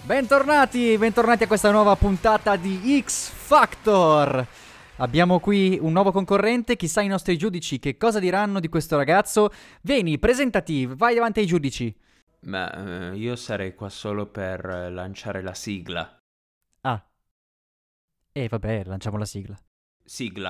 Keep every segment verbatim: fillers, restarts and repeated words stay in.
Bentornati, bentornati a questa nuova puntata di X Factor. Abbiamo qui un nuovo concorrente, chissà i nostri giudici che cosa diranno di questo ragazzo. Vieni, presentati, vai davanti ai giudici. Ma eh, io sarei qua solo per eh, lanciare la sigla. Ah, e vabbè, lanciamo la sigla. Sigla.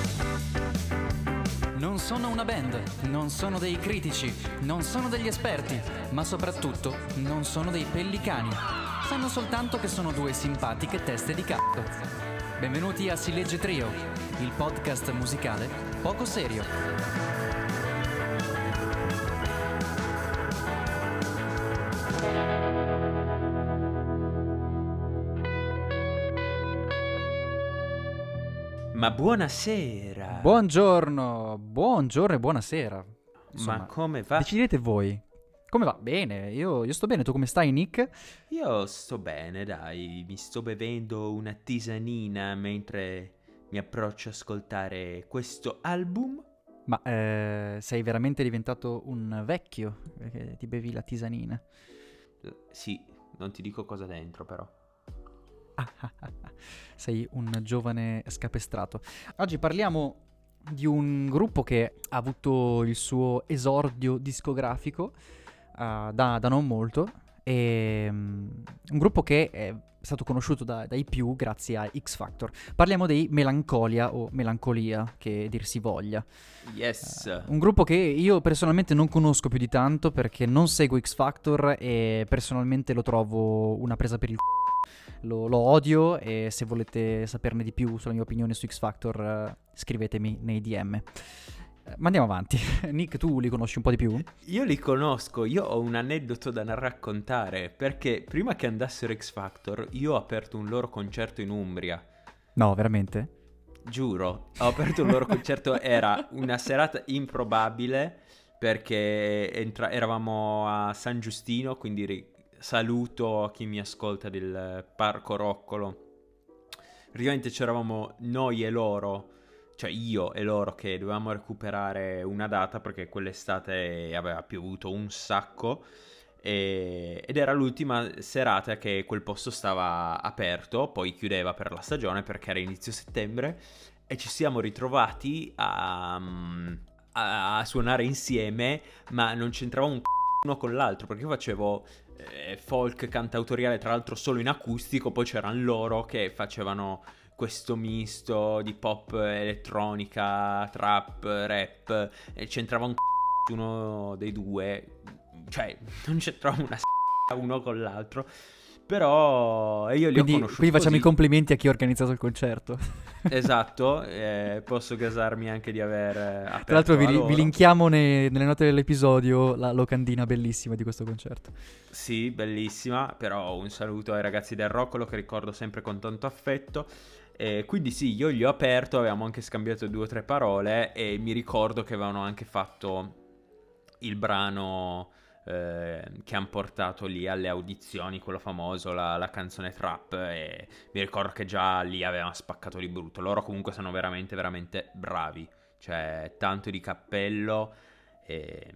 Non sono una band, non sono dei critici, non sono degli esperti, ma soprattutto non sono dei pellicani. Sanno soltanto che sono due simpatiche teste di c***o. Benvenuti a Si Legge Trio, il podcast musicale poco serio. Ma buonasera. Buongiorno, buongiorno e buonasera. Insomma, Ma come va? decidete voi. Come va? Bene, io, io sto bene, tu come stai, Nick? Io sto bene, dai. Mi sto bevendo una tisanina mentre mi approccio a ascoltare questo album. Ma eh, sei veramente diventato un vecchio perché ti bevi la tisanina? Eh, Sì, non ti dico cosa dentro però. Sei un giovane scapestrato. Oggi parliamo di un gruppo che ha avuto il suo esordio discografico uh, da, da non molto. E, um, un gruppo che è stato conosciuto da, dai più grazie a X Factor. Parliamo dei Melancolia o Melancolia, che dir si voglia. Yes. Uh, un gruppo che io personalmente non conosco più di tanto perché non seguo X Factor e personalmente lo trovo una presa per il c***o. Lo, lo odio e se volete saperne di più sulla mia opinione su X Factor uh, scrivetemi nei D M. Uh, ma andiamo avanti. Nick, tu li conosci un po' di più? Io li conosco, io ho un aneddoto da raccontare, perché prima che andassero X Factor io ho aperto un loro concerto in Umbria. No, veramente? Giuro, ho aperto il loro concerto, era una serata improbabile perché entra- eravamo a San Giustino, quindi ri- saluto a chi mi ascolta del Parco Roccolo. Praticamente c'eravamo noi e loro, cioè io e loro che dovevamo recuperare una data perché quell'estate aveva piovuto un sacco. E- ed era l'ultima serata che quel posto stava aperto, poi chiudeva per la stagione perché era inizio settembre e ci siamo ritrovati a, a, a suonare insieme, ma non c'entrava un c***o uno con l'altro perché io facevo eh, folk cantautoriale, tra l'altro solo in acustico, poi c'erano loro che facevano questo misto di pop elettronica, trap, rap, e c'entrava un c***o uno dei due. Cioè, non c'entrava una s***a uno con l'altro. Però io li Quindi, ho conosciuti quindi facciamo così. i complimenti a chi ha organizzato il concerto. Esatto, eh, posso gasarmi anche di aver eh, aperto Tra l'altro vi, a li- loro. vi linkiamo ne- nelle note dell'episodio la locandina bellissima di questo concerto. Sì, bellissima, però un saluto ai ragazzi del Roccolo che ricordo sempre con tanto affetto. Eh, quindi sì, io gli ho aperto, avevamo anche scambiato due o tre parole e mi ricordo che avevano anche fatto il brano eh, che hanno portato lì alle audizioni, quello famoso, la, la canzone trap, e mi ricordo che già lì avevano spaccato di brutto. Loro comunque sono veramente, veramente bravi, cioè tanto di cappello, e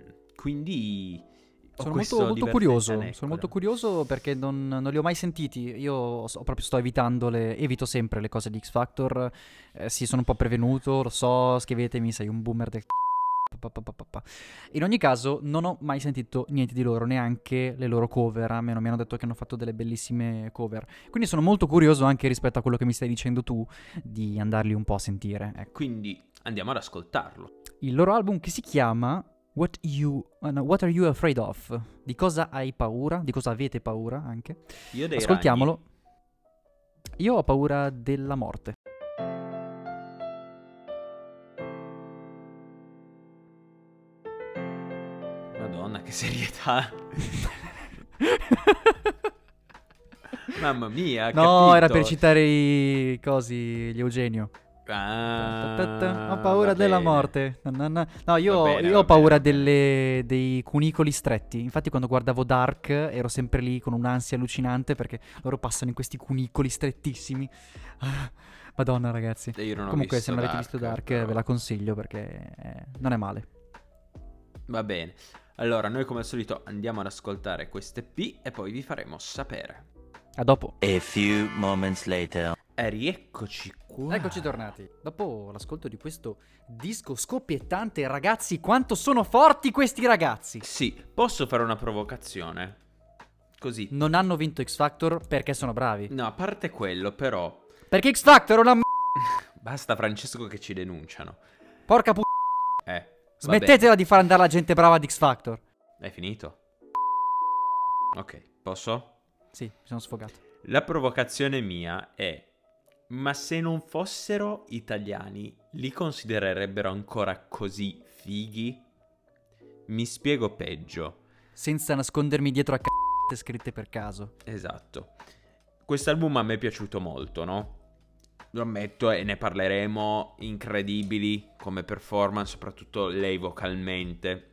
quindi ho Sono questo molto, molto divertente curioso, aneddoto. sono molto curioso perché non, non li ho mai sentiti. Io so- proprio sto evitando le, evito sempre le cose di X Factor. Eh, sì, sono un po' prevenuto, lo so, scrivetemi, sei un boomer del c***o. pa, pa, pa, pa, pa. In ogni caso, non ho mai sentito niente di loro, neanche le loro cover. A me non mi hanno detto che hanno fatto delle bellissime cover. Quindi sono molto curioso anche rispetto a quello che mi stai dicendo tu, di andarli un po' a sentire. Ecco. Quindi andiamo ad ascoltarlo. Il loro album che si chiama What You uh, no, What Are You Afraid Of? Di cosa hai paura? Di cosa avete paura anche? Io dei Ascoltiamolo. Io ho paura della morte. ragni. Madonna, che serietà. Mamma mia, No, capito. era per citare i cosi, gli Eugenio. Ah, Ta ta ta, ho paura va della bene. morte. Na na na. No, io, Va bene, io va ho paura bene, va bene. delle- dei cunicoli stretti. Infatti, quando guardavo Dark, ero sempre lì con un'ansia allucinante perché loro passano in questi cunicoli strettissimi. Ah, Madonna, ragazzi. Io non ho Comunque, visto se non avete Dark, visto Dark, però- ve la consiglio perché eh, non è male. Va bene. Allora, noi come al solito andiamo ad ascoltare queste P e poi vi faremo sapere. A dopo. A few moments later. E rieccoci qua. Eccoci tornati. Dopo l'ascolto di questo disco scoppiettante, ragazzi, quanto sono forti questi ragazzi! Sì, posso fare una provocazione? Così. Non hanno vinto X Factor perché sono bravi. No, a parte quello, però... Perché X Factor è una m***a. Basta Francesco che ci denunciano. Porca pu... Eh, vabbè. Smettetela di far andare la gente brava ad X Factor. È finito? Ok, posso? Sì, mi sono sfogato. La provocazione mia è: ma se non fossero italiani, li considererebbero ancora così fighi? Mi spiego peggio. Senza nascondermi dietro a c***e scritte per caso. Esatto. Quest'album a me è piaciuto molto, no? Lo ammetto, e ne parleremo. Incredibili come performance, soprattutto lei vocalmente.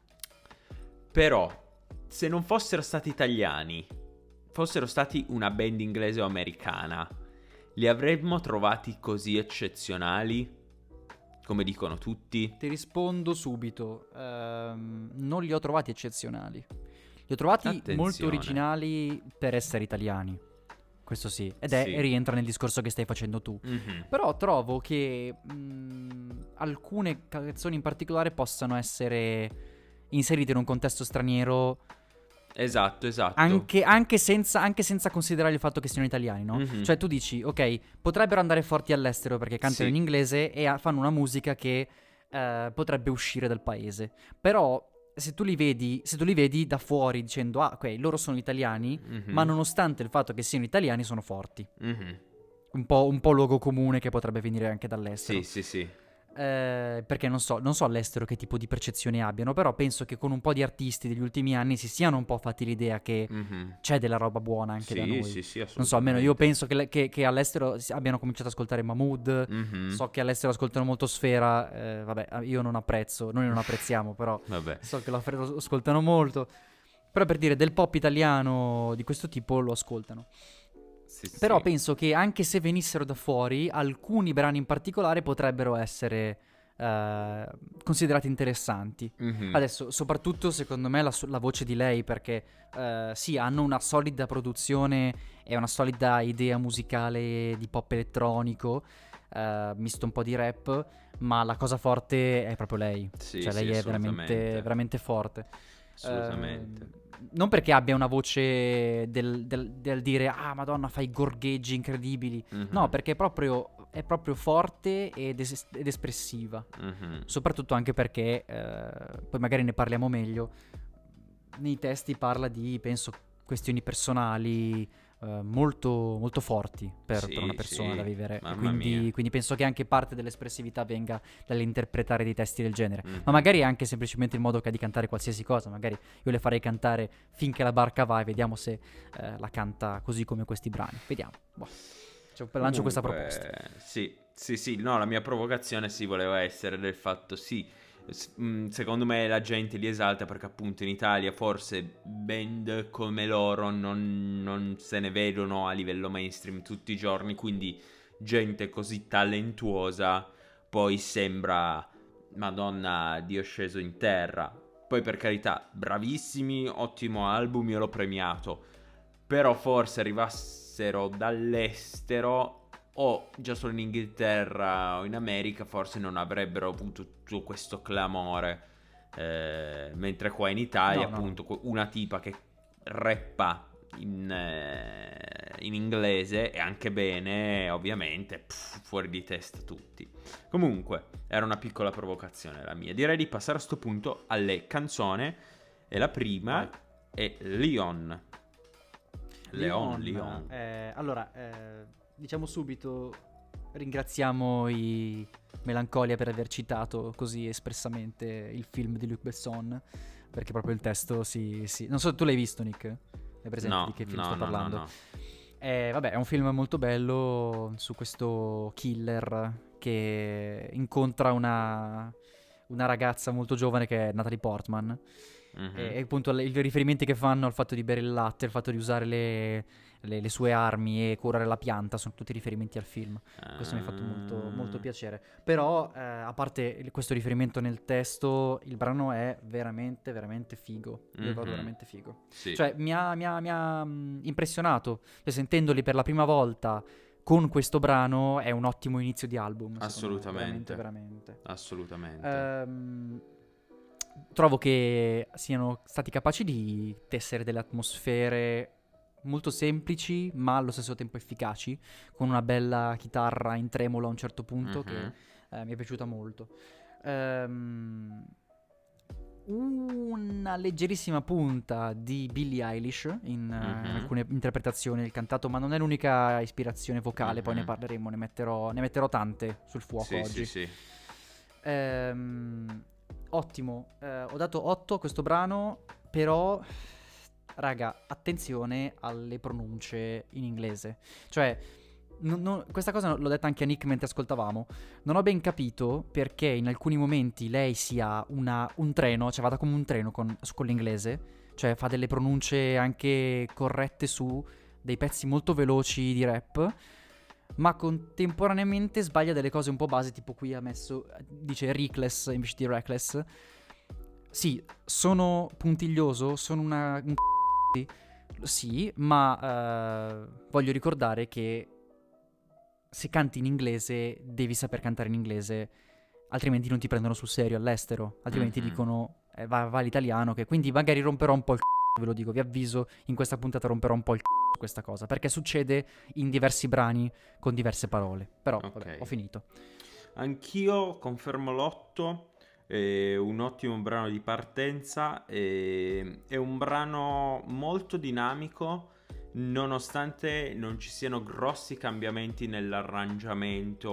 Però, se non fossero stati italiani, fossero stati una band inglese o americana, li avremmo trovati così eccezionali, come dicono tutti? Ti rispondo subito. Ehm, non li ho trovati eccezionali. Li ho trovati Attenzione. molto originali per essere italiani. Questo sì. Ed è, Sì. rientra nel discorso che stai facendo tu. Mhm. Però trovo che mh, alcune canzoni in particolare possano essere inserite in un contesto straniero Esatto, esatto. anche, anche senza, anche senza considerare il fatto che siano italiani, no? Mhm. Cioè tu dici, ok, potrebbero andare forti all'estero perché cantano Sì. in inglese e ha- fanno una musica che eh, potrebbe uscire dal paese. Però se tu li vedi, se tu li vedi da fuori dicendo, ah, ok, loro sono italiani, Mhm. ma nonostante il fatto che siano italiani sono forti. Mhm. Un po', un po' luogo comune che potrebbe venire anche dall'estero. Sì, sì, sì. Eh, perché non so, non so all'estero che tipo di percezione abbiano, però penso che con un po' di artisti degli ultimi anni si siano un po' fatti l'idea che Mhm. c'è della roba buona anche Sì, da noi. sì, sì, Non so, almeno io assolutamente. penso che, le- che- che all'estero si- abbiano cominciato ad ascoltare Mahmood. Mhm. So che all'estero ascoltano molto Sfera. eh, vabbè, io non apprezzo, noi non apprezziamo, però Vabbè. so che lo affre- lo ascoltano molto. Però per dire, del pop italiano di questo tipo lo ascoltano. Sì, sì. Però penso che anche se venissero da fuori, alcuni brani in particolare potrebbero essere eh, considerati interessanti. Mhm. Adesso, soprattutto secondo me la, so- la voce di lei, perché eh, sì, hanno una solida produzione e una solida idea musicale di pop elettronico, eh, misto un po' di rap, ma la cosa forte è proprio lei. Sì, Cioè sì, lei è veramente, assolutamente. veramente forte. Assolutamente. Ehm, non perché abbia una voce del, del- del dire ah madonna fai gorgheggi incredibili. Mhm. No, perché è proprio, è proprio forte ed, es- ed espressiva. Mhm. Soprattutto anche perché, eh, poi magari ne parliamo meglio, nei testi parla di, penso, questioni personali eh, molto, molto forti per, Sì, per una persona sì, da vivere. E mamma quindi, mia. quindi penso che anche parte dell'espressività venga dall'interpretare dei testi del genere. Mhm. Ma magari anche semplicemente il modo che ha di cantare qualsiasi cosa. Magari io le farei cantare Finché la barca va e vediamo se eh, la canta così come questi brani. Vediamo. Boh. Cioè, lancio questa Comunque, proposta. Sì, sì, sì, no, la mia provocazione sì voleva essere del fatto, sì, s- mh, secondo me la gente li esalta perché appunto in Italia forse band come loro non, non se ne vedono a livello mainstream tutti i giorni, quindi gente così talentuosa poi sembra, Madonna, Dio sceso in terra. Poi per carità, bravissimi, ottimo album, io l'ho premiato. Però forse arrivassero dall'estero o già solo in Inghilterra o in America forse non avrebbero avuto tutto questo clamore. Eh, mentre qua in Italia, No, no. appunto, que- una tipa che rappa in, eh, in inglese e anche bene, ovviamente, pff, fuori di testa tutti. Comunque, era una piccola provocazione la mia. Direi di passare a sto punto alle canzoni. E la prima Vai. è Leon. Leon, Leon, Leon. eh, allora, eh, diciamo subito, ringraziamo i Melancolia per aver citato così espressamente il film di Luc Besson, perché proprio il testo si... si... Non so, tu l'hai visto, Nick? Hai presente No, di che film no, sto no, no, parlando? no. Eh, vabbè, è un film molto bello su questo killer che incontra una, una ragazza molto giovane che è Natalie Portman. Mhm. E, e appunto le- i riferimenti che fanno al fatto di bere il latte, il fatto di usare le, le, le sue armi e curare la pianta sono tutti riferimenti al film. Questo mi ha fatto molto, Ah. molto piacere. Però, eh, a parte il- questo riferimento nel testo, il brano è veramente, veramente figo. Io lo trovo Mhm. veramente figo. Sì. Cioè, mi ha, mi ha- mi ha, mh, impressionato. Cioè, sentendoli per la prima volta con questo brano è un ottimo inizio di album. secondo me. Assolutamente. Veramente, veramente. Assolutamente. Ehm, trovo che siano stati capaci di tessere delle atmosfere molto semplici, ma allo stesso tempo efficaci, con una bella chitarra in tremolo a un certo punto Mhm. che eh, mi è piaciuta molto. Ehm, una leggerissima punta di Billie Eilish in, eh, in Mhm. alcune interpretazioni del cantato, ma non è l'unica ispirazione vocale, poi ne Mhm. parleremo, ne metterò, ne metterò tante sul fuoco Sì, oggi. sì, sì. Ehm, ottimo, eh, ho dato otto a questo brano, però, raga, attenzione alle pronunce in inglese. Cioè, non- non- questa cosa l'ho detta anche a Nick mentre ascoltavamo. Non ho ben capito perché in alcuni momenti lei sia una, un treno, cioè vada come un treno con, su- con l'inglese, cioè fa delle pronunce anche corrette su dei pezzi molto veloci di rap, ma contemporaneamente sbaglia delle cose un po' base, tipo qui ha messo, dice reckless invece di reckless. Sì, sono puntiglioso, sono una... un c***o, sì, ma eh, voglio ricordare che se canti in inglese devi saper cantare in inglese, altrimenti non ti prendono sul serio all'estero, altrimenti Mhm. dicono eh, va, va l'italiano, che quindi magari romperò un po' il c***o, ve lo dico, vi avviso, in questa puntata romperò un po' il c***o su questa cosa, perché succede in diversi brani con diverse parole. Però, Ok. vabbè, ho finito. Anch'io confermo l'otto, è un ottimo brano di partenza, e- è un brano molto dinamico, nonostante non ci siano grossi cambiamenti nell'arrangiamento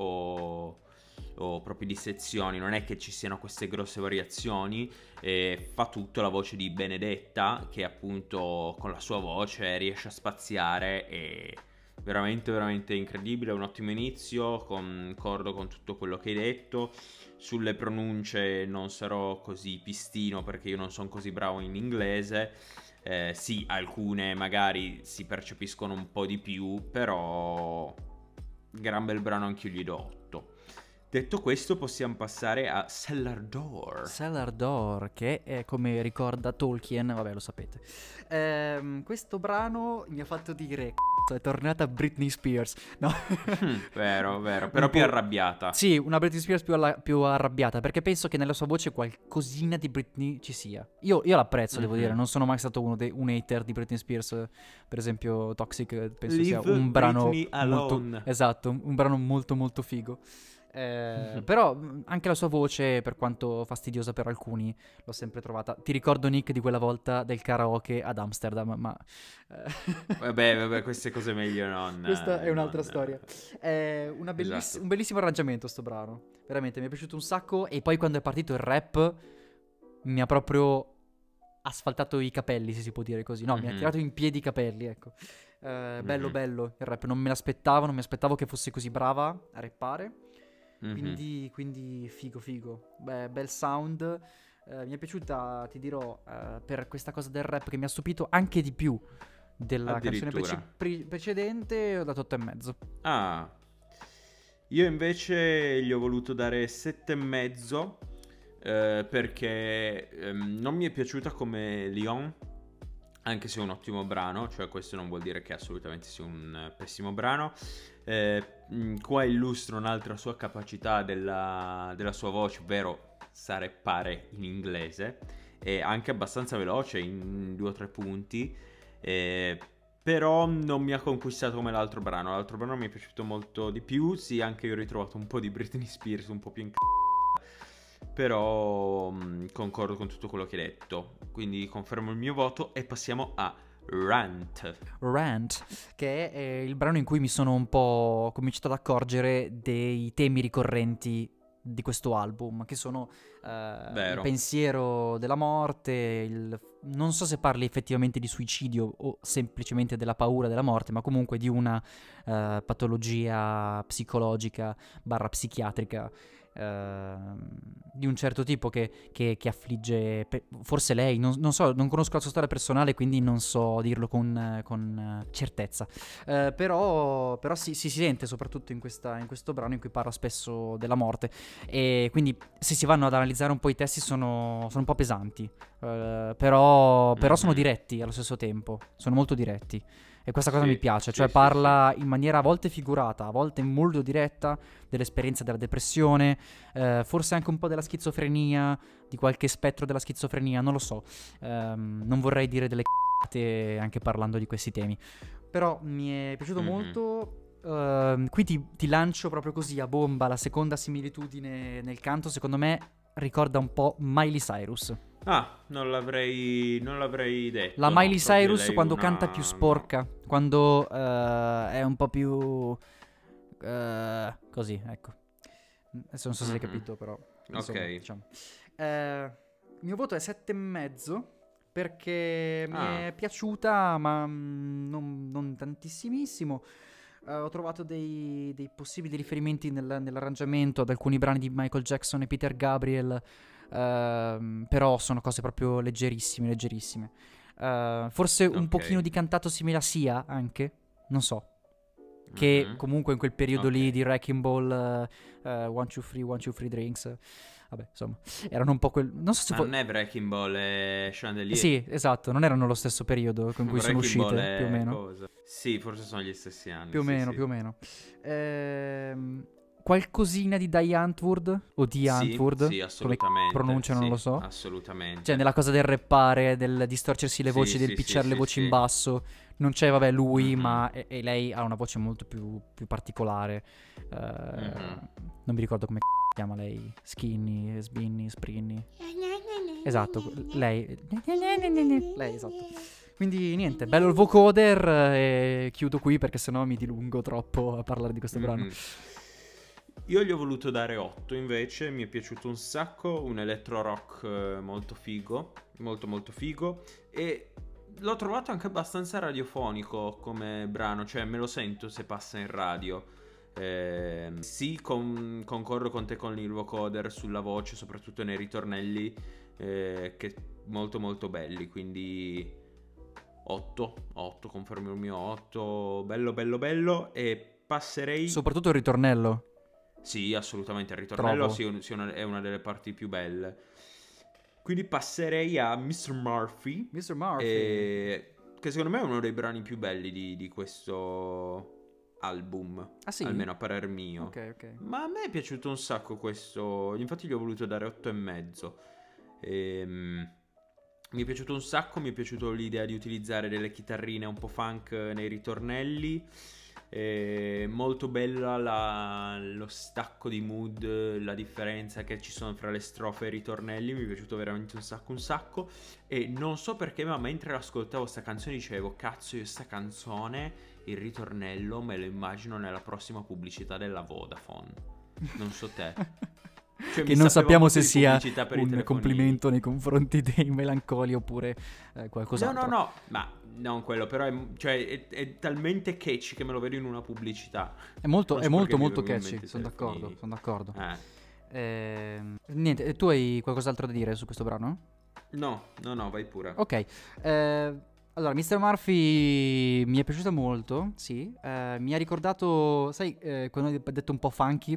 o, o proprio di sezioni, non è che ci siano queste grosse variazioni, e fa tutto la voce di Benedetta, che appunto con la sua voce riesce a spaziare e... Veramente, veramente incredibile, un ottimo inizio, concordo con tutto quello che hai detto. Sulle pronunce non sarò così pistino perché io non sono così bravo in inglese. Eh, sì, alcune magari si percepiscono un po' di più, però gran bel brano, anch'io gli do otto. Detto questo, possiamo passare a Cellar Door. Cellar Door, che è come ricorda Tolkien, vabbè lo sapete. Ehm, questo brano mi ha fatto dire "C***o, è tornata Britney Spears". No. Mm, vero, vero, però Un più po'- arrabbiata. Sì, una Britney Spears più, alla- più arrabbiata, perché penso che nella sua voce qualcosina di Britney ci sia. Io, io l'apprezzo, devo Mhm. dire, non sono mai stato uno dei- un hater di Britney Spears, per esempio Toxic, eh, penso Leave sia un brano Britney molto... alone. Esatto, un, un brano molto molto figo. Eh, Mhm. Però mh, anche la sua voce, per quanto fastidiosa per alcuni, l'ho sempre trovata. Ti ricordo, Nick, di quella volta del karaoke ad Amsterdam, ma... eh, Vabbè, vabbè, queste cose meglio non... Questa è un'altra non- storia. È una belliss- Esatto. un bellissimo arrangiamento sto brano. Veramente, mi è piaciuto un sacco. E poi quando è partito il rap, mi ha proprio asfaltato i capelli, se si può dire così. No, mi ha Mhm. tirato in piedi i capelli, ecco. Eh, bello, Mhm. bello il rap. Non me l'aspettavo, non mi aspettavo che fosse così brava a rappare. Mhm. Quindi, quindi figo, figo. Beh, bel sound. Eh, mi è piaciuta, ti dirò, eh, per questa cosa del rap che mi ha stupito anche di più della canzone prece- Addirittura. pre- precedente. Ho dato otto e mezzo. Ah, io invece gli ho voluto dare sette e mezzo, eh, perché ehm, non mi è piaciuta come Lyon, anche se è un ottimo brano, cioè questo non vuol dire che assolutamente sia un eh, pessimo brano. Eh, mh, qua illustra un'altra sua capacità della, della sua voce, ovvero sa rappare in inglese, e anche abbastanza veloce in due o tre punti, eh, però non mi ha conquistato come l'altro brano. L'altro brano mi è piaciuto molto di più, sì, anche io ho ritrovato un po' di Britney Spears, un po' più in c***o, però mh, concordo con tutto quello che hai detto, quindi confermo il mio voto e passiamo a Rant. Rant, che è il brano in cui mi sono un po' cominciato ad accorgere dei temi ricorrenti di questo album, che sono eh, il Vero. pensiero della morte, il... non so se parli effettivamente di suicidio o semplicemente della paura della morte, ma comunque di una eh, patologia psicologica barra psichiatrica ehm, di un certo tipo che, che, che affligge pe- forse lei, non, non so, non conosco la sua storia personale, quindi non so dirlo con, eh, con eh, certezza. Eh, però però si, si sente soprattutto in, questa, in questo brano in cui parla spesso della morte, e quindi se si vanno ad analizzare un po' i testi sono, sono un po' pesanti, eh, però, però sono Mhm. diretti allo stesso tempo, sono molto diretti. E questa cosa Sì, mi piace, sì, cioè sì, parla in maniera a volte figurata, a volte molto diretta dell'esperienza della depressione, eh, forse anche un po' della schizofrenia, di qualche spettro della schizofrenia, non lo so. Ehm, non vorrei dire delle c***e anche parlando di questi temi. Però mi è piaciuto Mhm. molto. Ehm, qui ti, ti lancio proprio così a bomba la seconda similitudine nel canto, secondo me ricorda un po' Miley Cyrus. Ah, non l'avrei, non l'avrei detto. La no, Miley proprio Cyrus lei quando una- canta più no. sporca, quando eh, è un po' più eh, così, ecco. Adesso non so se hai Mhm. capito, però insomma, Ok. diciamo. Eh, il mio voto è sette e mezzo perché mi Ah. è piaciuta, ma mm, non, non tantissimissimo. Eh, ho trovato dei, dei possibili riferimenti nel- nell'arrangiamento ad alcuni brani di Michael Jackson e Peter Gabriel, ehm, però sono cose proprio leggerissime, leggerissime. Eh, forse un Ok. pochino di cantato simile a Sia anche, non so. Che Mhm. comunque in quel periodo lì Ok. di Wrecking Ball, eh, eh, One, Two, Free, One, Two, Free Drinks, eh, vabbè, insomma, erano un po' quel... Non so se Ma fu... non è Wrecking Ball, è Chandelier. Sì, esatto, non erano lo stesso periodo con cui sono Wrecking Ball uscite, più o è meno. cosa? Sì, forse sono gli stessi anni. Più o sì, meno, sì. più o meno. Ehm, qualcosina di Die Antwoord o di Sì, Antwoord, sì, assolutamente. pronunciano, non sì, lo so. Assolutamente. Cioè, nella cosa del rappare, del distorcersi le Sì, voci, del sì, pitchare sì, le sì, voci in sì. basso. Non c'è, vabbè, lui, Mhm. ma e, e lei ha una voce molto più, più particolare. Eh, Mhm. Non mi ricordo come c***o si chiama lei. Skinny, Spinny, Sprinny. Esatto, lei. Lei, esatto. Quindi niente, bello il vocoder, eh, e chiudo qui perché sennò mi dilungo troppo a parlare di questo brano. Mhm. Io gli ho voluto dare otto invece, mi è piaciuto un sacco, un electro rock eh, molto figo, molto molto figo, e l'ho trovato anche abbastanza radiofonico come brano, cioè me lo sento se passa in radio. Eh, sì, con- concordo con te con il vocoder sulla voce, soprattutto nei ritornelli, eh, che molto molto belli, quindi otto, otto, confermo il mio otto, bello bello bello, e passerei... Soprattutto il ritornello. Sì, assolutamente, il ritornello Trovo. sì, un- sì, una- è una delle parti più belle. Quindi passerei a mister Murphy, mister Murphy. eh, che secondo me è uno dei brani più belli di, di questo album, Ah sì? almeno a parer mio. Ok, ok. Ma a me è piaciuto un sacco questo, infatti gli ho voluto dare otto e mezzo. Ehm, mi è piaciuto un sacco, mi è piaciuto l'idea di utilizzare delle chitarrine un po' funk nei ritornelli. Eh, molto bella la- lo stacco di mood, la differenza che ci sono fra le strofe e i ritornelli, mi è piaciuto veramente un sacco un sacco. E non so perché, ma mentre ascoltavo sta canzone dicevo, cazzo, io sta canzone, il ritornello me lo immagino nella prossima pubblicità della Vodafone. Non so te. Cioè, Che mi non sapeva sappiamo molto se di sia pubblicità per i un telefonini. complimento nei confronti dei melancoli oppure eh, No, qualcos'altro. no, no, ma non quello, però è, cioè, è, è talmente catchy che me lo vedo in una pubblicità. È molto, Non è so molto, perché mi molto vengono in catchy. mente i Sono d'accordo, telefonini. sono d'accordo. Eh. Ehm, niente, e tu hai qualcos'altro da dire su questo brano? No, no, no, vai pure. Ok. eh, allora, mister Murphy mi è piaciuto molto, sì. Eh, mi ha ricordato, sai, eh, quando hai detto un po' funky,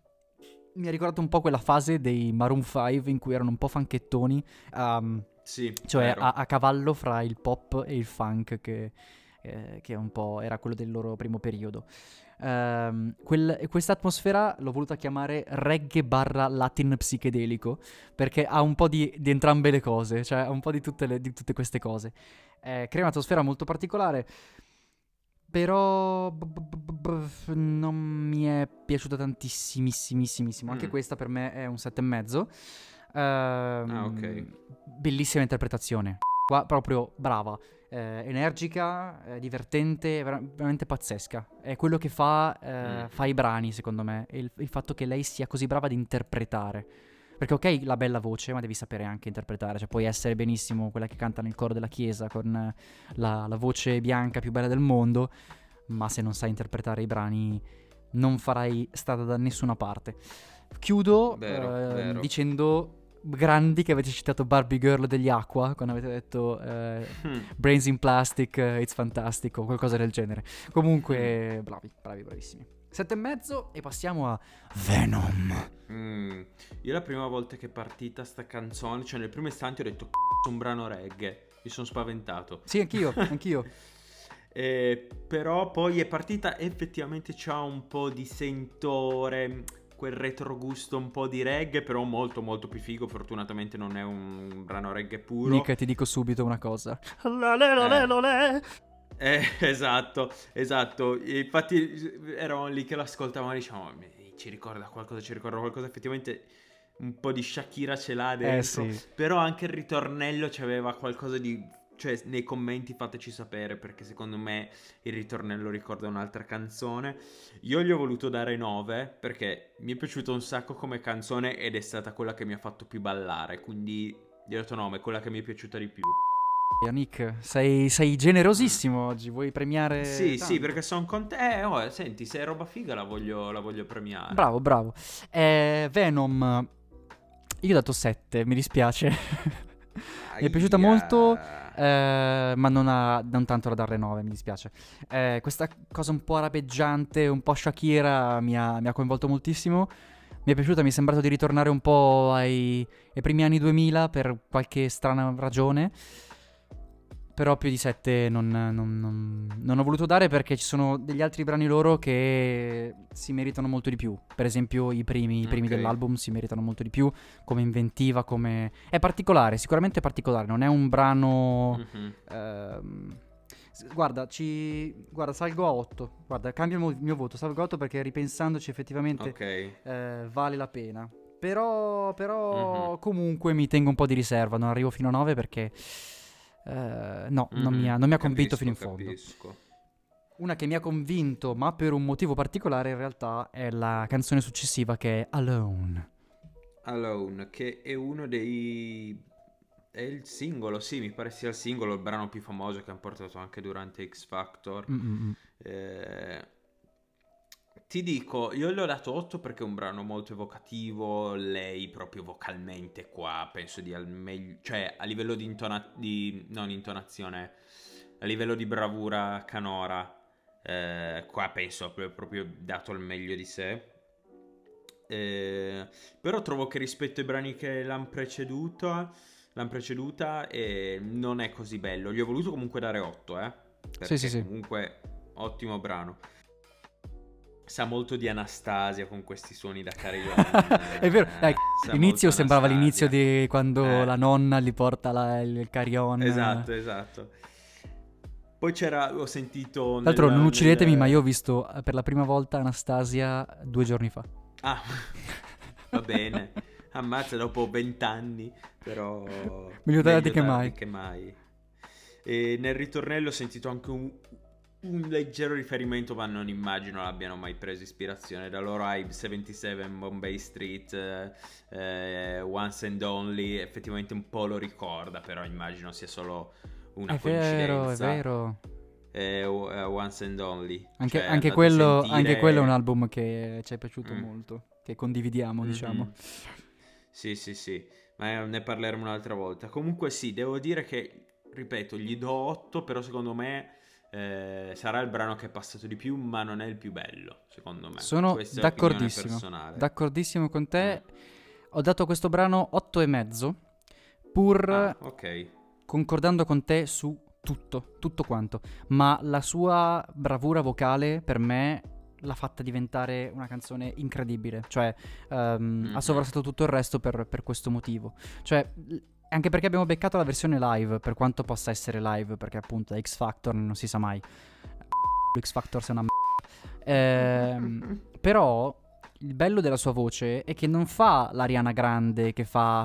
mi ha ricordato un po' quella fase dei Maroon cinque in cui erano un po' funkettoni, um, Sì, cioè vero. a, a cavallo fra il pop e il funk, che, eh, che un po' era quello del loro primo periodo. Ehm, quel- questa atmosfera l'ho voluta chiamare reggae barra latin psichedelico, perché ha un po' di, di entrambe le cose, cioè ha un po' di tutte, le- di tutte queste cose. Eh, crea un'atmosfera molto particolare, però b- b- b- b- non mi è piaciuta tantissimissimissimo. Anche Mm. questa per me è un sette e mezzo. Ehm, Ah, ok. Bellissima interpretazione. Qua proprio brava, eh, energica, eh, divertente, vera- veramente pazzesca. È quello che fa, eh, Mm. fa i brani, secondo me. E il, il fatto che lei sia così brava ad interpretare. Perché ok, la bella voce, ma devi sapere anche interpretare. Cioè puoi essere benissimo quella che canta nel coro della chiesa con eh, la, la voce bianca più bella del mondo, ma se non sai interpretare i brani non farai strada da nessuna parte. Chiudo Vero, eh, vero. dicendo grandi che avete citato Barbie Girl degli Aqua quando avete detto eh, Mm. Brains in Plastic, eh, It's Fantastic o qualcosa del genere. Comunque bravi, bravi, bravissimi. Sette e mezzo e passiamo a Venom. Mm. Io la prima volta che è partita sta canzone, cioè nel primo istante ho detto c***o, un brano reggae, mi sono spaventato. Sì, anch'io, anch'io. Eh, però poi è partita, effettivamente c'ha un po' di sentore, quel retrogusto un po' di reggae, però molto molto più figo. Fortunatamente non è un brano reggae puro. Nick, ti dico subito una cosa. Eh, esatto, esatto. E infatti eravamo lì che lo ascoltavamo e diciamo, ci ricorda qualcosa, ci ricorda qualcosa. Effettivamente un po' di Shakira ce l'ha dentro. Eh sì. Però anche il ritornello c'aveva qualcosa di... Cioè, nei commenti fateci sapere, perché secondo me il ritornello ricorda un'altra canzone. Io gli ho voluto dare nove, perché mi è piaciuto un sacco come canzone ed è stata quella che mi ha fatto più ballare. Quindi gli ho dato nove, quella che mi è piaciuta di più. Nick, sei, sei generosissimo oggi, vuoi premiare Sì, tanto? sì, perché sono con te. Eh, oh, senti, se è roba figa la voglio, la voglio premiare. Bravo, bravo. Eh, Venom, io ho dato sette, mi dispiace. Mi è piaciuta Aia. molto, eh, ma non, ha, non tanto da darle nove, mi dispiace. Eh, questa cosa un po' arabeggiante, un po' Shakira mi ha, mi ha coinvolto moltissimo. Mi è piaciuta, mi è sembrato di ritornare un po' ai, ai primi anni duemila per qualche strana ragione. Però più di sette non, non, non, non ho voluto dare perché ci sono degli altri brani loro che si meritano molto di più. Per esempio i primi, i primi Ok. dell'album si meritano molto di più, come inventiva, come... È particolare, sicuramente particolare, non è un brano... Mhm. ehm, s- Guarda, ci... Guarda, salgo a otto. Guarda, cambio il mo- il mio voto, salgo a otto perché ripensandoci effettivamente Ok. eh, vale la pena. Però, però Mhm. comunque mi tengo un po' di riserva, non arrivo fino a nove perché... eh, no, non mi ha, Mhm. non mi ha convinto Capisco, fino in fondo. capisco. Una che mi ha convinto, ma per un motivo particolare in realtà, è la canzone successiva che è Alone. Alone, che è uno dei... È il singolo, sì, mi pare sia il singolo, il brano più famoso che hanno portato anche durante X Factor. Mm-mm. Eh, Ti dico, io le ho dato otto perché è un brano molto evocativo, lei proprio vocalmente qua, penso di al meglio, cioè a livello di intona- di non intonazione, a livello di bravura canora, eh, qua penso abbia proprio dato il meglio di sé. Eh, però trovo che rispetto ai brani che l'hanno preceduta, l'hanno preceduta eh, non è così bello. Gli ho voluto comunque dare otto, eh, perché sì, sì. comunque ottimo brano. Sa molto di Anastasia con questi suoni da carillon. È vero, dai, sa l'inizio molto sembrava Anastasia. l'inizio di quando Eh. la nonna gli porta la- il carillon. Esatto, esatto. Poi c'era, ho sentito... Tra l'altro nel- non uccidetemi, nel- ma io ho visto eh, per la prima volta Anastasia due giorni fa. Ah, va bene. Ammazza, dopo vent'anni, però... Meglio tardi che tardi mai. che mai. E nel ritornello ho sentito anche un, un leggero riferimento, ma non immagino l'abbiano mai preso ispirazione da loro ai settantasette, Bombay Street, eh, eh, Once and Only. Effettivamente un po' lo ricorda, però immagino sia solo una È vero, è coincidenza. vero. Eh, o- eh, Once and Only. Anche, Cioè, anche andate a quello, sentire- anche quello è un album che ci è piaciuto Mm. molto, che condividiamo, diciamo. Mhm. Sì, sì, sì, ma ne parleremo un'altra volta. Comunque sì, devo dire che, ripeto, gli do otto, però secondo me eh, sarà il brano che è passato di più, ma non è il più bello, secondo me. Sono Questa è opinione d'accordissimo, personale. d'accordissimo con te. Mm. Ho dato a questo brano otto e mezzo, pur Ah, ok. concordando con te su tutto, tutto quanto. Ma la sua bravura vocale per me l'ha fatta diventare una canzone incredibile. Cioè, ehm, Mhm. ha sovrastato tutto il resto per, per questo motivo. Cioè, l- anche perché abbiamo beccato la versione live, per quanto possa essere live, perché appunto X Factor non si sa mai. X Factor sei una m***a. Ehm, però il bello della sua voce è che non fa l'Ariana Grande che fa...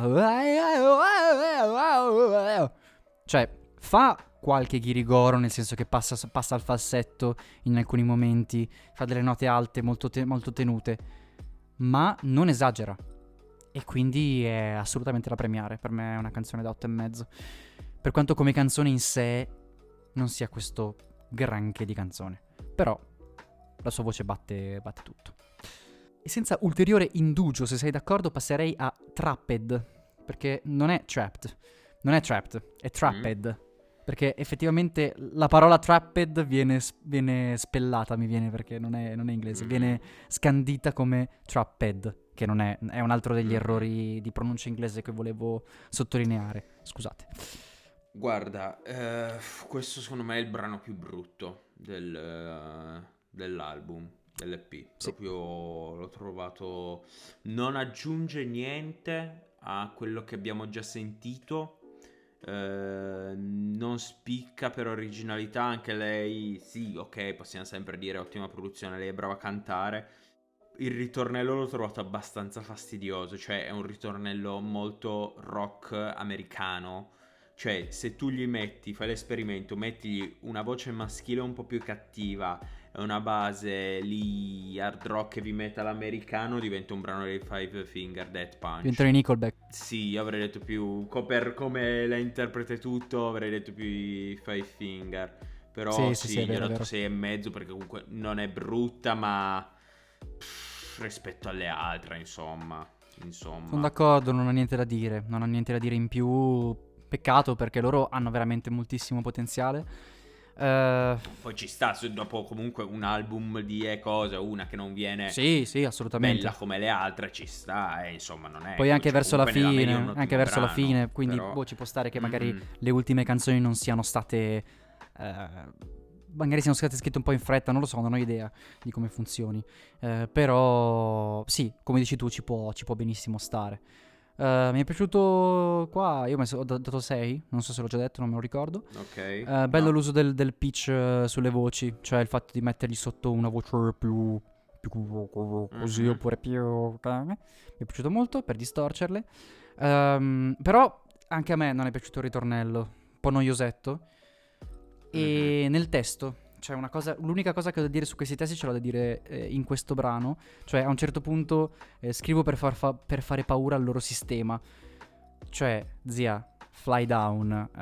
Cioè, fa qualche ghirigoro, nel senso che passa, passa al falsetto in alcuni momenti, fa delle note alte molto, te- molto tenute, ma non esagera. E quindi è assolutamente da premiare. Per me è una canzone da otto e mezzo. Per quanto come canzone in sé non sia questo granché di canzone. Però la sua voce batte, batte tutto. E senza ulteriore indugio, se sei d'accordo, passerei a Trapped, perché non è Trapped, non è Trapped, è Trapped, mm. perché effettivamente la parola Trapped viene, viene spellata, mi viene perché non è, non è inglese, mm. viene scandita come Trapped, che non è, è un altro degli mm. errori di pronuncia inglese che volevo sottolineare, scusate. Guarda, eh, questo secondo me è il brano più brutto del, uh, dell'album. L'E P, sì. Proprio l'ho trovato, non aggiunge niente a quello che abbiamo già sentito, eh, non spicca per originalità, anche lei, sì, ok, possiamo sempre dire ottima produzione, lei è brava a cantare. Il ritornello l'ho trovato abbastanza fastidioso, cioè è un ritornello molto rock americano. Cioè, se tu gli metti, fai l'esperimento, mettigli una voce maschile un po' più cattiva e una base lì hard rock heavy metal americano, diventa un brano dei Five Finger Death Punch. Diventano i Nickelback. Sì, io avrei detto più, co- per come la interpreta e tutto, avrei detto più i Five Finger. Però sì, sì, sì, sì, gli ho dato sei e mezzo perché comunque non è brutta, ma pff, rispetto alle altre, insomma. insomma. Sono d'accordo, non ho niente da dire, non ho niente da dire in più. Peccato perché loro hanno veramente moltissimo potenziale. Uh, Poi ci sta, dopo comunque un album di E cosa, una che non viene sì, sì, assolutamente bella come le altre, ci sta, e insomma non è. Poi anche cioè, verso la fine, anche verso brano, la fine, quindi però... boh, ci può stare che magari mm-hmm. le ultime canzoni non siano state eh, magari siano state scritte un po' in fretta, non lo so, non ho idea di come funzioni. Eh, però sì, come dici tu, ci può, ci può benissimo stare. Uh, mi è piaciuto qua, io ho, messo, ho dato sei, non so se l'ho già detto, non me lo ricordo. Ok. Uh, bello no. l'uso del, del pitch uh, sulle voci, cioè il fatto di mettergli sotto una voce più, più così, mm-hmm. oppure più... mi è piaciuto molto per distorcerle. Um, però anche a me non è piaciuto il ritornello, un po' noiosetto. E mm-hmm. nel testo c'è una cosa, l'unica cosa che ho da dire su questi testi ce l'ho da dire eh, in questo brano, cioè a un certo punto eh, scrivo per, far fa- per fare paura al loro sistema, cioè zia, fly down, uh,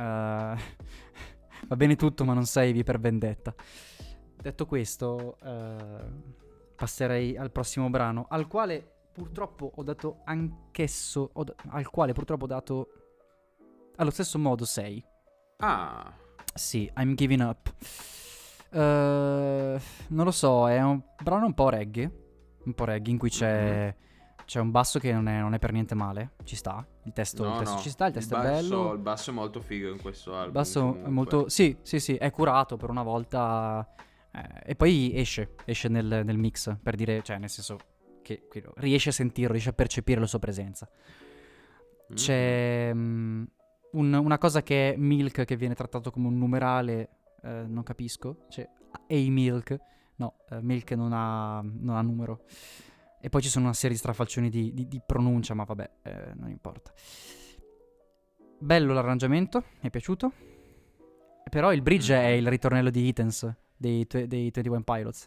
va bene tutto ma non sei per vendetta. Detto questo uh, passerei al prossimo brano, al quale purtroppo ho dato anch'esso, ho da- al quale purtroppo ho dato allo stesso modo sei. Ah. Sì, I'm giving up. Uh, non lo so, è un brano un po' reggae, un po' reggae in cui c'è, mm-hmm. c'è un basso che non è, non è per niente male, ci sta, il testo, no, il testo no. ci sta, il testo il è basso, bello. Il basso è molto figo in questo album. Il basso comunque. è molto, sì, sì, sì, è curato per una volta eh, e poi esce, esce nel, nel mix, per dire, cioè nel senso che, che riesce a sentirlo, riesce a percepire la sua presenza. Mm-hmm. C'è um, un, una cosa che è Milk, che viene trattato come un numerale. Uh, non capisco, cioè A-Milk, no, uh, Milk non ha, non ha numero. E poi ci sono una serie di strafalcioni di, di, di pronuncia, ma vabbè, eh, non importa. Bello l'arrangiamento, mi è piaciuto. Però il bridge mm-hmm. è il ritornello di Hittens, dei, dei ventuno Pilots.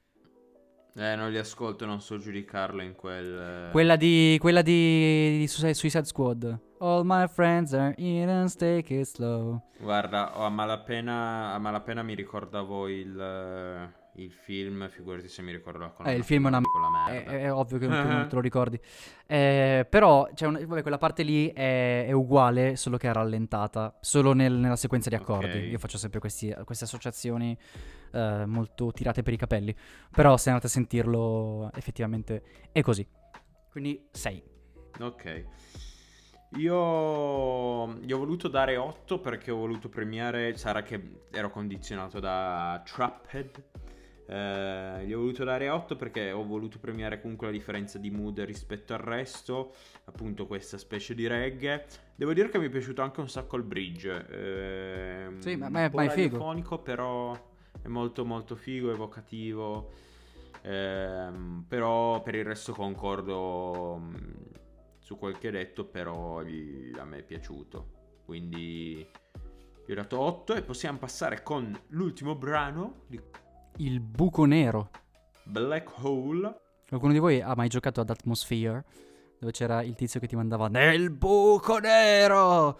Eh, non li ascolto, non so giudicarlo in quel... Quella di, quella di, di Suicide Squad. All my friends are in, take it slow. Guarda, a malapena, a malapena mi ricordavo il, il film, figurati se mi ricordo la colonna Eh, il film è una m- è, è ovvio che tu non te lo ricordi. Eh, però, c'è un, vabbè, quella parte lì è, è uguale, solo che è rallentata, solo nel, nella sequenza di accordi. Okay. Io faccio sempre questi, queste associazioni eh, molto tirate per i capelli. Però se andate a sentirlo, effettivamente è così. Quindi sei. Ok. Io gli ho voluto dare otto perché ho voluto premiare, sarà che ero condizionato da Trapped, eh, gli ho voluto dare otto perché ho voluto premiare comunque la differenza di mood rispetto al resto, appunto questa specie di reggae. Devo dire che mi è piaciuto anche un sacco il bridge, eh, sì, ma, un ma, po' ma è figo, radiofonico, però è molto molto figo, evocativo, eh, però per il resto concordo su quel che hai detto, però gli, a me è piaciuto, quindi gli ho dato otto. E possiamo passare con l'ultimo brano di... Il buco nero, Black Hole. Qualcuno di voi ha mai giocato ad Atmosphere, dove c'era il tizio che ti mandava nel buco nero?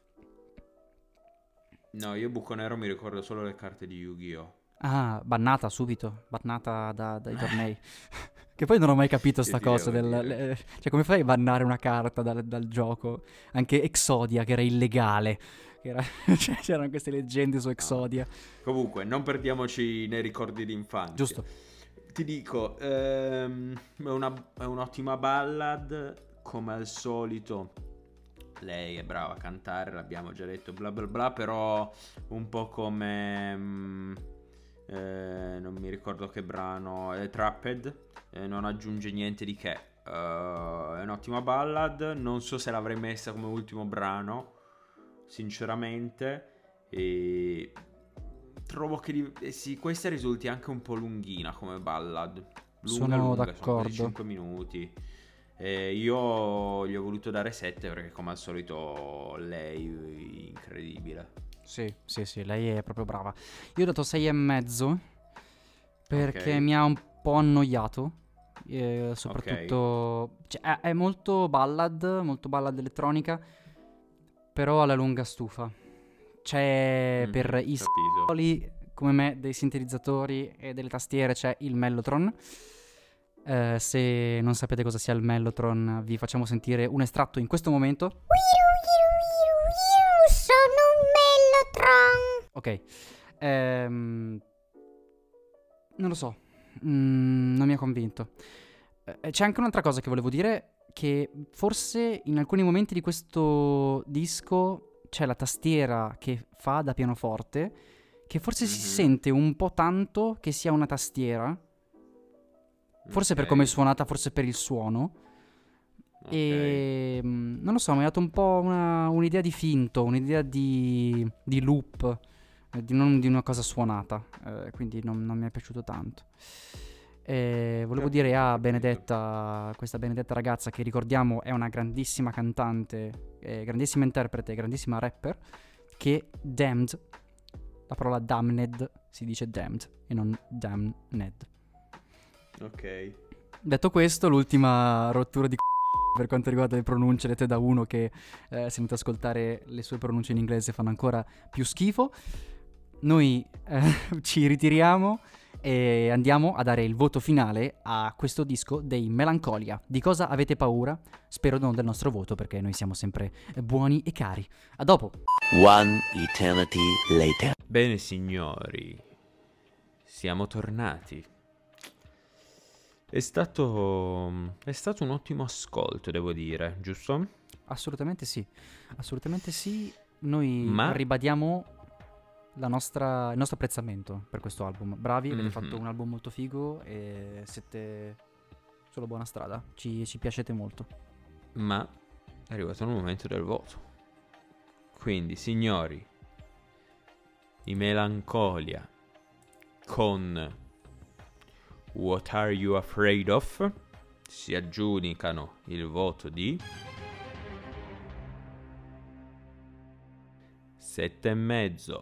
No, io buco nero mi ricordo solo le carte di Yu-Gi-Oh! Ah, bannata subito, bannata da, dai tornei. Che poi non ho mai capito Che sta ti cosa devo del, dire? le- cioè come fai a bannare una carta dal, dal gioco? Anche Exodia che era illegale, che era- cioè, c'erano queste leggende su Exodia. Comunque, non perdiamoci nei ricordi d'infanzia. Giusto. Ti dico, ehm, è, una- è un'ottima ballad, come al solito. Lei è brava a cantare, l'abbiamo già detto, bla bla bla, però un po' come... mm, eh, non mi ricordo che brano, è Trapped, eh, non aggiunge niente di che. Eh, è un'ottima ballad, non so se l'avrei messa come ultimo brano, sinceramente, e trovo che di- eh sì, questa risulti anche un po' lunghina come ballad. Lunga, Sono lunga, d'accordo. sono quasi cinque minuti. E io gli ho voluto dare sette perché come al solito lei incredibile. Sì, sì, sì, lei è proprio brava. Io ho dato sei e mezzo perché Ok. mi ha un po' annoiato. eh, soprattutto cioè, è, è molto ballad, molto ballad elettronica, però alla lunga stufa. C'è Mhm, per i capito. soli come me dei sintetizzatori e delle tastiere c'è il Mellotron. Eh, se non sapete cosa sia il Mellotron, vi facciamo sentire un estratto in questo momento. Sono un Mellotron. Ok, ehm, non lo so, Mm, non mi ha convinto. Eh, c'è anche un'altra cosa che volevo dire, che forse in alcuni momenti di questo disco c'è la tastiera che fa da pianoforte, che forse si Mhm. sente un po' tanto che sia una tastiera, forse per Ok, come è suonata, forse per il suono. ok. E mm, non lo so, mi ha dato un po' una- un'idea di finto, un'idea di, di loop, eh, di non di una cosa suonata, eh, quindi non, non mi è piaciuto tanto. E volevo Capito, dire a capito. Benedetta, questa Benedetta ragazza che ricordiamo è una grandissima cantante, eh, grandissima interprete, grandissima rapper, che Damned, la parola damned si dice damned e non damned. Ok. Detto questo, l'ultima rottura di c***o per quanto riguarda le pronunce lette da uno che eh, se andate ad ascoltare le sue pronunce in inglese fanno ancora più schifo. Noi eh, ci ritiriamo e andiamo a dare il voto finale a questo disco dei Melancolia. Di cosa avete paura? Spero non del nostro voto perché noi siamo sempre eh, buoni e cari. A dopo! One eternity later. Bene signori, siamo tornati. È stato è stato un ottimo ascolto, devo dire, giusto? Assolutamente sì, assolutamente sì. Noi Ma- ribadiamo la nostra, il nostro apprezzamento per questo album. Bravi, avete Mhm. fatto un album molto figo e siete sulla buona strada. Ci, ci piacete molto. Ma è arrivato il momento del voto. Quindi, signori, i Melancolia con What Are You Afraid Of si aggiudicano il voto di sette e mezzo.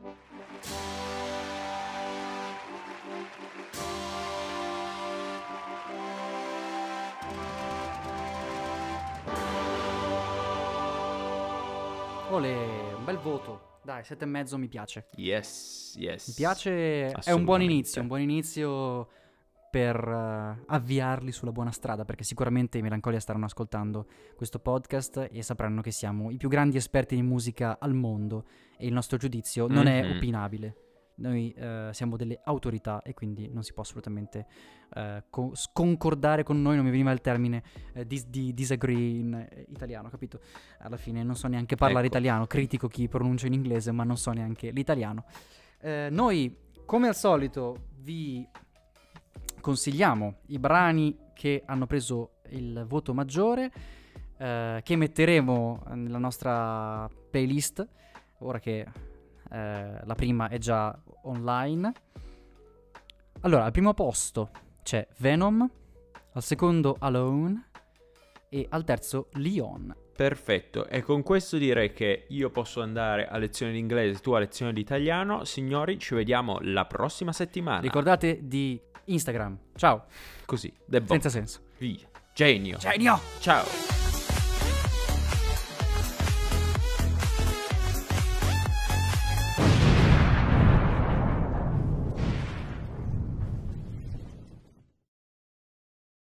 Ole, un bel voto. Dai, sette e mezzo mi piace. Yes, yes. Mi piace, è un buon Assolutamente. inizio, un buon inizio per eh, avviarli sulla buona strada, perché sicuramente i Melancolia staranno ascoltando questo podcast e sapranno che siamo i più grandi esperti di musica al mondo e il nostro giudizio non è Mhm. opinabile. Noi eh, siamo delle autorità e quindi non si può assolutamente eh, co- sconcordare con noi, non mi veniva il termine eh, dis- di disagree in eh, italiano, capito? Alla fine non so neanche parlare Ecco. italiano, critico chi pronuncia in inglese, ma non so neanche l'italiano. Eh, noi, come al solito, vi consigliamo i brani che hanno preso il voto maggiore, eh, che metteremo nella nostra playlist, ora che eh, la prima è già online. Allora, al primo posto c'è Venom, al secondo Alone e al terzo Leon. Perfetto, e con questo direi che io posso andare a lezione di inglese, tu a lezione di italiano. Signori, ci vediamo la prossima settimana. Ricordate di Instagram. Ciao, Così, The Box. senza senso. Via. Genio. Genio! Ciao.